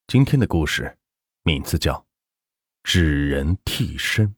今天的故事名字叫纸人替身。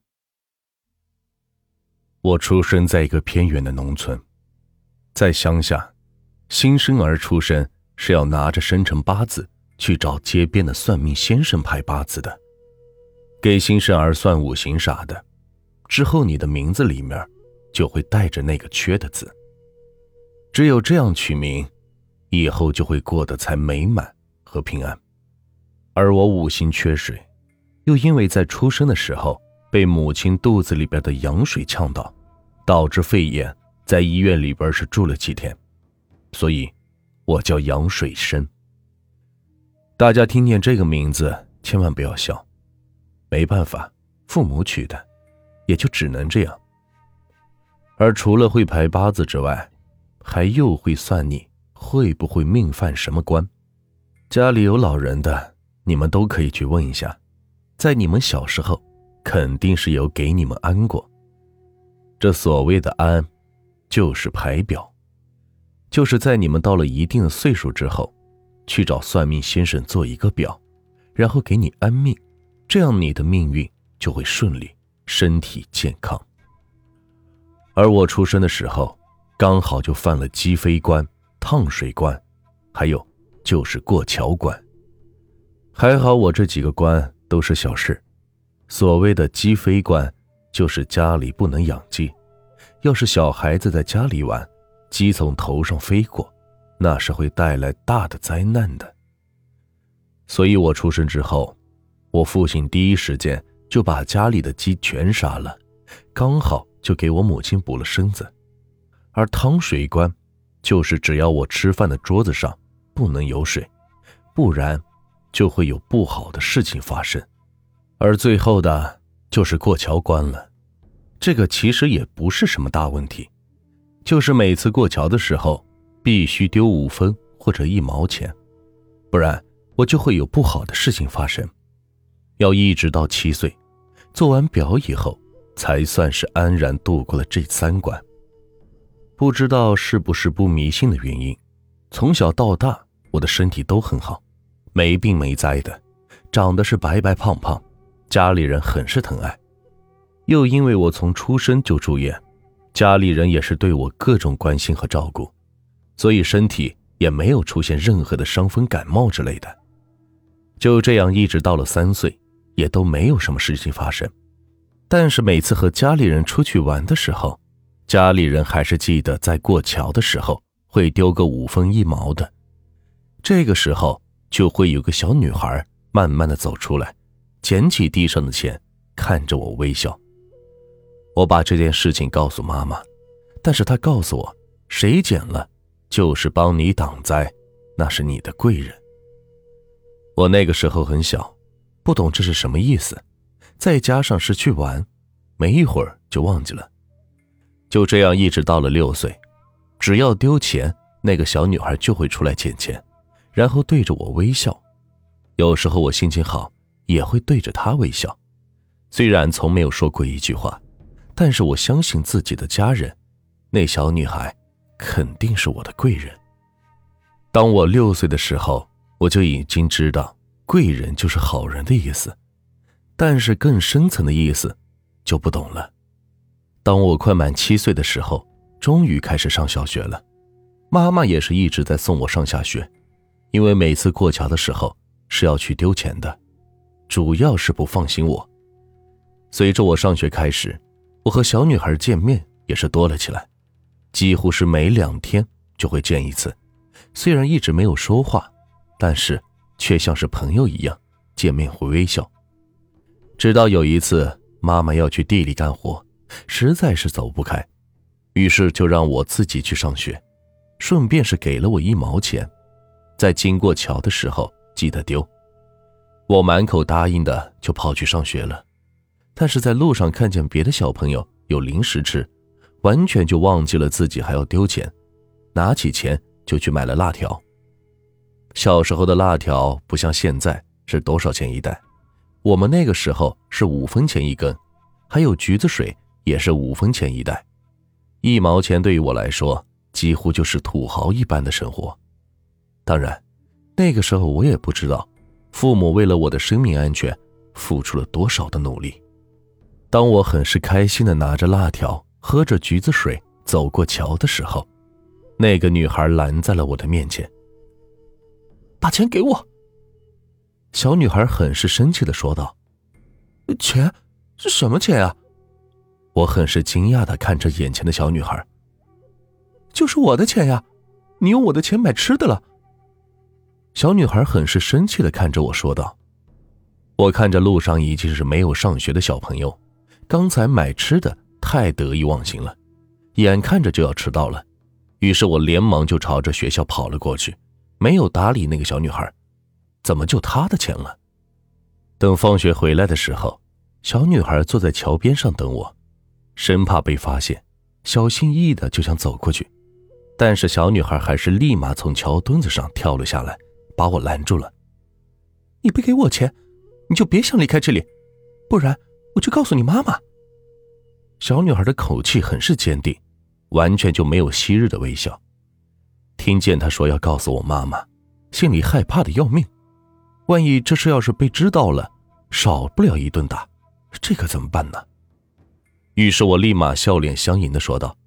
我出生在一个偏远的农村，在乡下，新生儿出生是要拿着生辰八字去找街边的算命先生排八字的，给新生儿算五行啥的，之后你的名字里面就会带着那个缺的字，只有这样取名，以后就会过得才美满和平安。而我五行缺水，又因为在出生的时候被母亲肚子里边的羊水呛到，导致肺炎，在医院里边是住了几天，所以我叫羊水生。大家听见这个名字千万不要笑，没办法，父母取的，也就只能这样。而除了会排八字之外，还又会算你会不会命犯什么官。家里有老人的，你们都可以去问一下，在你们小时候肯定是有给你们安过。这所谓的安，就是排表，就是在你们到了一定的岁数之后，去找算命先生做一个表，然后给你安命，这样你的命运就会顺利，身体健康。而我出生的时候，刚好就犯了鸡飞官、烫水官，还有就是过桥官。还好我这几个官都是小事，所谓的鸡飞官就是家里不能养鸡，要是小孩子在家里玩，鸡从头上飞过，那是会带来大的灾难的。所以我出生之后，我父亲第一时间就把家里的鸡全杀了，刚好就给我母亲补了身子。而汤水官就是只要我吃饭的桌子上不能有水，不然就会有不好的事情发生。而最后的就是过桥关了，这个其实也不是什么大问题，就是每次过桥的时候必须丢5分或者1毛钱，不然我就会有不好的事情发生。要一直到7岁，做完表以后才算是安然度过了这3关。不知道是不是不迷信的原因，从小到大我的身体都很好，没病没灾的，长得是白白胖胖，家里人很是疼爱。又因为我从出生就住院，家里人也是对我各种关心和照顾，所以身体也没有出现任何的伤风感冒之类的。就这样一直到了3岁，也都没有什么事情发生。但是每次和家里人出去玩的时候，家里人还是记得在过桥的时候会丢个5分1毛的。这个时候就会有个小女孩慢慢的走出来，捡起地上的钱，看着我微笑。我把这件事情告诉妈妈，但是她告诉我，谁捡了就是帮你挡灾，那是你的贵人。我那个时候很小，不懂这是什么意思，再加上是去玩，没一会儿就忘记了。就这样一直到了6岁，只要丢钱，那个小女孩就会出来捡钱，然后对着我微笑。有时候我心情好，也会对着她微笑。虽然从没有说过一句话，但是我相信自己的家人，那小女孩肯定是我的贵人。当我6岁的时候，我就已经知道贵人就是好人的意思，但是更深层的意思就不懂了。当我快满7岁的时候，终于开始上小学了。妈妈也是一直在送我上下学，因为每次过桥的时候是要去丢钱的，主要是不放心我。随着我上学开始，我和小女孩见面也是多了起来，几乎是每2天就会见一次。虽然一直没有说话，但是却像是朋友一样，见面会微笑。直到有一次妈妈要去地里干活，实在是走不开，于是就让我自己去上学，顺便是给了我1毛钱，在经过桥的时候记得丢。我满口答应的就跑去上学了，但是在路上看见别的小朋友有零食吃，完全就忘记了自己还要丢钱，拿起钱就去买了辣条。小时候的辣条不像现在是多少钱一袋，我们那个时候是5分钱一根，还有橘子水也是5分钱一袋。1毛钱对于我来说几乎就是土豪一般的生活。当然那个时候我也不知道父母为了我的生命安全付出了多少的努力。当我很是开心地拿着辣条喝着橘子水走过桥的时候，那个女孩拦在了我的面前。把钱给我！小女孩很是生气地说道。钱？是什么钱啊？我很是惊讶地看着眼前的小女孩。就是我的钱呀，你用我的钱买吃的了。小女孩很是生气地看着我说道。我看着路上已经是没有上学的小朋友，刚才买吃的太得意忘形了，眼看着就要迟到了，于是我连忙就朝着学校跑了过去，没有搭理那个小女孩。怎么就她的钱了？等放学回来的时候，小女孩坐在桥边上等我，生怕被发现，小心翼翼的就想走过去，但是小女孩还是立马从桥墩子上跳了下来，把我拦住了。你不给我钱，你就别想离开这里，不然我就告诉你妈妈。小女孩的口气很是坚定，完全就没有昔日的微笑。听见她说要告诉我妈妈，心里害怕的要命，万一这事要是被知道了，少不了一顿打，这可怎么办呢？于是我立马笑脸相迎地说道，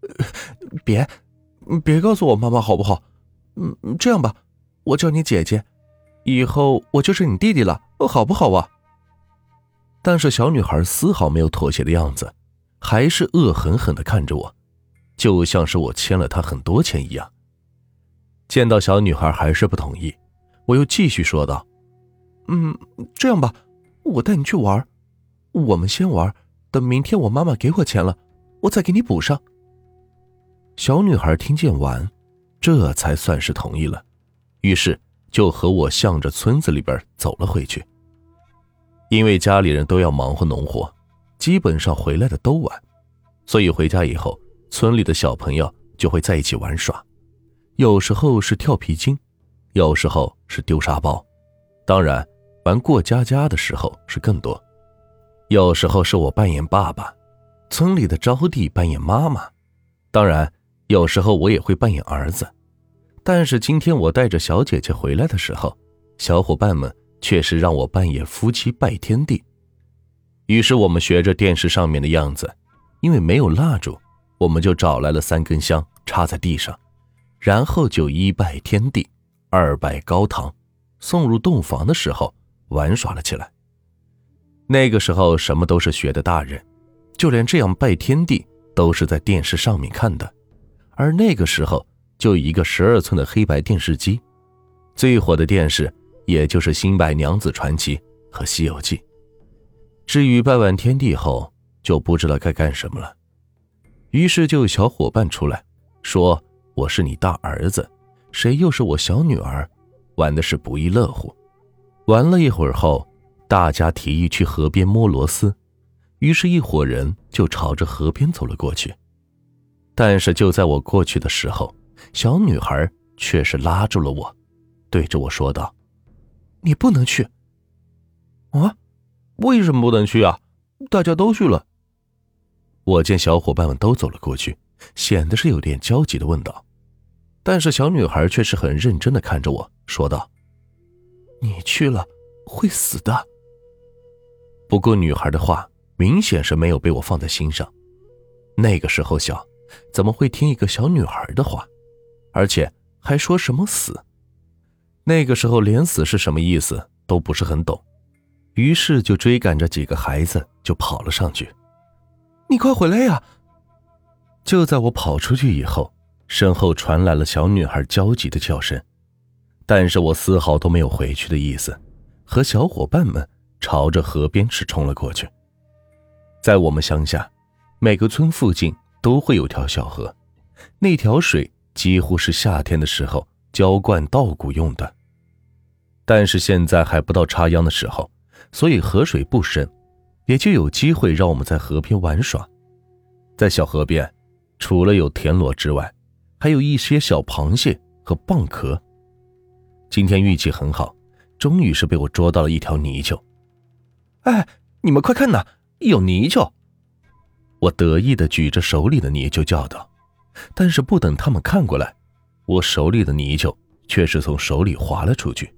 别告诉我妈妈好不好？这样吧，我叫你姐姐，以后我就是你弟弟了，好不好啊？但是小女孩丝毫没有妥协的样子，还是恶狠狠地看着我，就像是我欠了她很多钱一样。见到小女孩还是不同意，我又继续说道，这样吧，我带你去玩，我们先玩，等明天我妈妈给我钱了，我再给你补上。小女孩听见玩，这才算是同意了，于是就和我向着村子里边走了回去。因为家里人都要忙活农活，基本上回来的都晚，所以回家以后，村里的小朋友就会在一起玩耍，有时候是跳皮筋，有时候是丢沙包，当然玩过家家的时候是更多。有时候是我扮演爸爸，村里的招娣扮演妈妈，当然有时候我也会扮演儿子。但是今天我带着小姐姐回来的时候，小伙伴们却是让我扮演夫妻拜天地。于是我们学着电视上面的样子，因为没有蜡烛，我们就找来了3根香插在地上，然后就1拜天地，2拜高堂，送入洞房的时候玩耍了起来。那个时候什么都是学的大人，就连这样拜天地都是在电视上面看的，而那个时候就一个12寸的黑白电视机，最火的电视也就是《新白娘子传奇》和《西游记》。至于拜完天地后就不知道该干什么了，于是就有小伙伴出来说，我是你大儿子，谁又是我小女儿，玩的是不亦乐乎。玩了一会儿后，大家提议去河边摸螺丝，于是一伙人就朝着河边走了过去。但是就在我过去的时候，小女孩却是拉住了我，对着我说道，你不能去。啊？为什么不能去啊？大家都去了。我见小伙伴们都走了过去，显得是有点焦急地问道。但是小女孩却是很认真地看着我说道，你去了会死的。不过女孩的话明显是没有被我放在心上，那个时候小，怎么会听一个小女孩的话，而且还说什么死？那个时候连死是什么意思都不是很懂，于是就追赶着几个孩子就跑了上去。你快回来呀！就在我跑出去以后，身后传来了小女孩焦急的叫声，但是我丝毫都没有回去的意思，和小伙伴们朝着河边是冲了过去。在我们乡下，每个村附近都会有条小河，那条水几乎是夏天的时候浇灌稻谷用的。但是现在还不到插秧的时候，所以河水不深，也就有机会让我们在河边玩耍。在小河边，除了有田螺之外，还有一些小螃蟹和蚌壳。今天运气很好，终于是被我捉到了一条泥鳅。哎，你们快看呐，有泥鳅！我得意地举着手里的泥鳅叫道，但是不等他们看过来，我手里的泥鳅却是从手里滑了出去，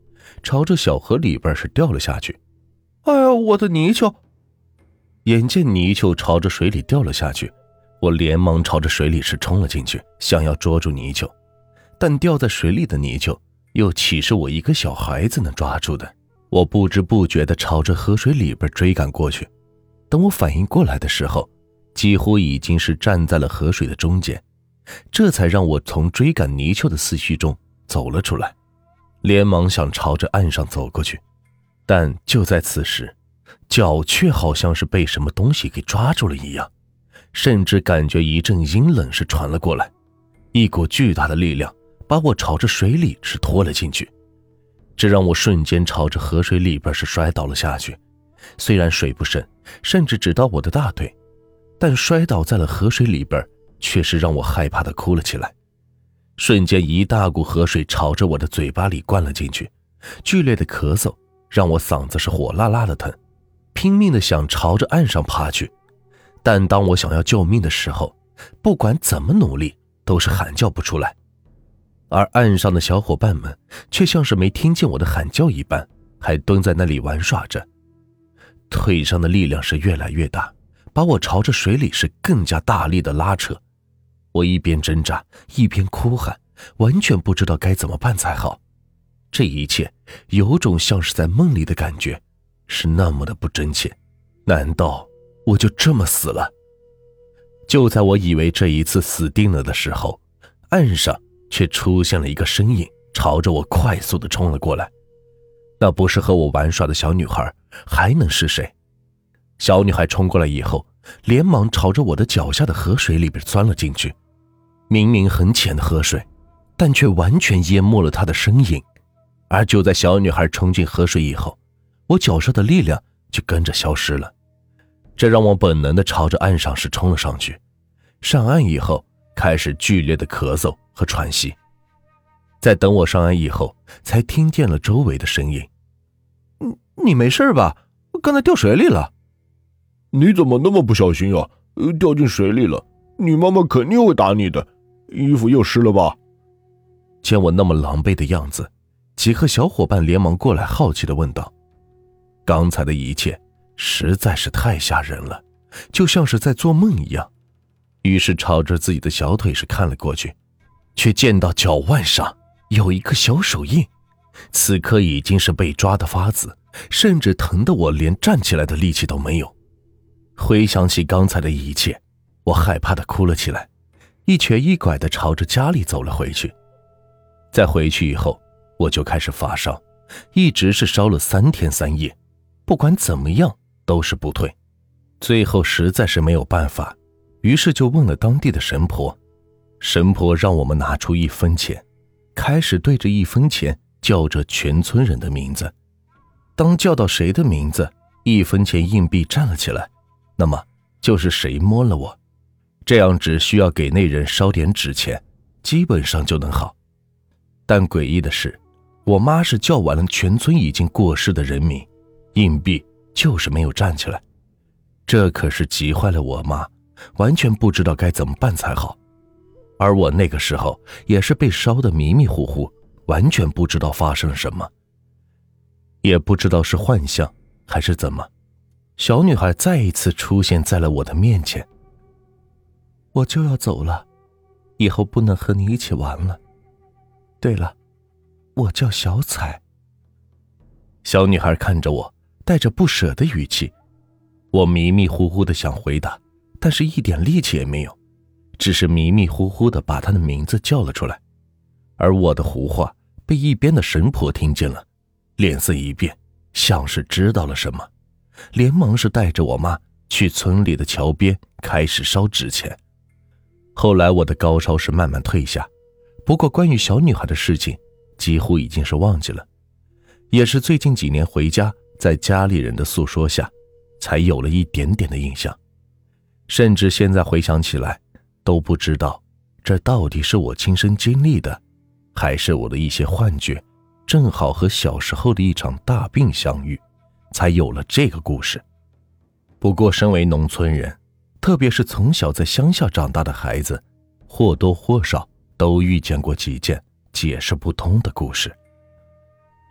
朝着小河里边是掉了下去。哎呀，我的泥鳅！眼见泥鳅朝着水里掉了下去，我连忙朝着水里是冲了进去，想要捉住泥鳅。但掉在水里的泥鳅又岂是我一个小孩子能抓住的？我不知不觉地朝着河水里边追赶过去。等我反应过来的时候，几乎已经是站在了河水的中间，这才让我从追赶泥鳅的思绪中走了出来，连忙想朝着岸上走过去。但就在此时，脚却好像是被什么东西给抓住了一样，甚至感觉一阵阴冷是传了过来，一股巨大的力量把我朝着水里是拖了进去，这让我瞬间朝着河水里边是摔倒了下去。虽然水不深，甚至只到我的大腿，但摔倒在了河水里边，却是让我害怕的哭了起来。瞬间一大股河水朝着我的嘴巴里灌了进去，剧烈的咳嗽让我嗓子是火辣辣的疼，拼命的想朝着岸上爬去。但当我想要救命的时候，不管怎么努力都是喊叫不出来。而岸上的小伙伴们却像是没听见我的喊叫一般，还蹲在那里玩耍着。腿上的力量是越来越大，把我朝着水里是更加大力的拉扯。我一边挣扎一边哭喊，完全不知道该怎么办才好。这一切有种像是在梦里的感觉，是那么的不真切。难道我就这么死了？就在我以为这一次死定了的时候，岸上却出现了一个身影，朝着我快速地冲了过来。那不是和我玩耍的小女孩，还能是谁？小女孩冲过来以后，连忙朝着我的脚下的河水里边钻了进去。明明很浅的河水，但却完全淹没了她的身影。而就在小女孩冲进河水以后，我脚上的力量就跟着消失了。这让我本能地朝着岸上是冲了上去。上岸以后，开始剧烈的咳嗽和喘息。在等我上岸以后，才听见了周围的声音。你没事吧？刚才掉水里了。 你怎么那么不小心啊？掉进水里了，你妈妈肯定会打你的。衣服又湿了吧？ 见我那么狼狈的样子，几个小伙伴连忙过来好奇地问道。刚才的一切实在是太吓人了，就像是在做梦一样。于是朝着自己的小腿是看了过去，却见到脚腕上有一个小手印，此刻已经是被抓得发紫，甚至疼得我连站起来的力气都没有。回想起刚才的一切，我害怕地哭了起来，一瘸一拐地朝着家里走了回去。在回去以后，我就开始发烧，一直是烧了3天3夜，不管怎么样都是不退。最后实在是没有办法，于是就问了当地的神婆。神婆让我们拿出1分钱，开始对着1分钱叫着全村人的名字。当叫到谁的名字，1分钱硬币站了起来，那么就是谁摸了我。这样只需要给那人烧点纸钱，基本上就能好。但诡异的是，我妈是叫完了全村已经过世的人名，硬币就是没有站起来。这可是急坏了我妈，完全不知道该怎么办才好。而我那个时候也是被烧得迷迷糊糊，完全不知道发生了什么，也不知道是幻象还是怎么。小女孩再一次出现在了我的面前。我就要走了，以后不能和你一起玩了。对了，我叫小彩。小女孩看着我，带着不舍的语气。我迷迷糊糊的想回答，但是一点力气也没有，只是迷迷糊糊的把她的名字叫了出来。而我的胡话被一边的神婆听见了，脸色一变，像是知道了什么，连忙是带着我妈去村里的桥边开始烧纸钱。后来我的高烧是慢慢退下，不过关于小女孩的事情几乎已经是忘记了，也是最近几年回家，在家里人的诉说下才有了一点点的印象，甚至现在回想起来都不知道这到底是我亲身经历的，还是我的一些幻觉正好和小时候的一场大病相遇，才有了这个故事。不过身为农村人，特别是从小在乡下长大的孩子，或多或少都遇见过几件解释不通的故事。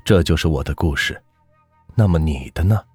这就是我的故事。那么你的呢？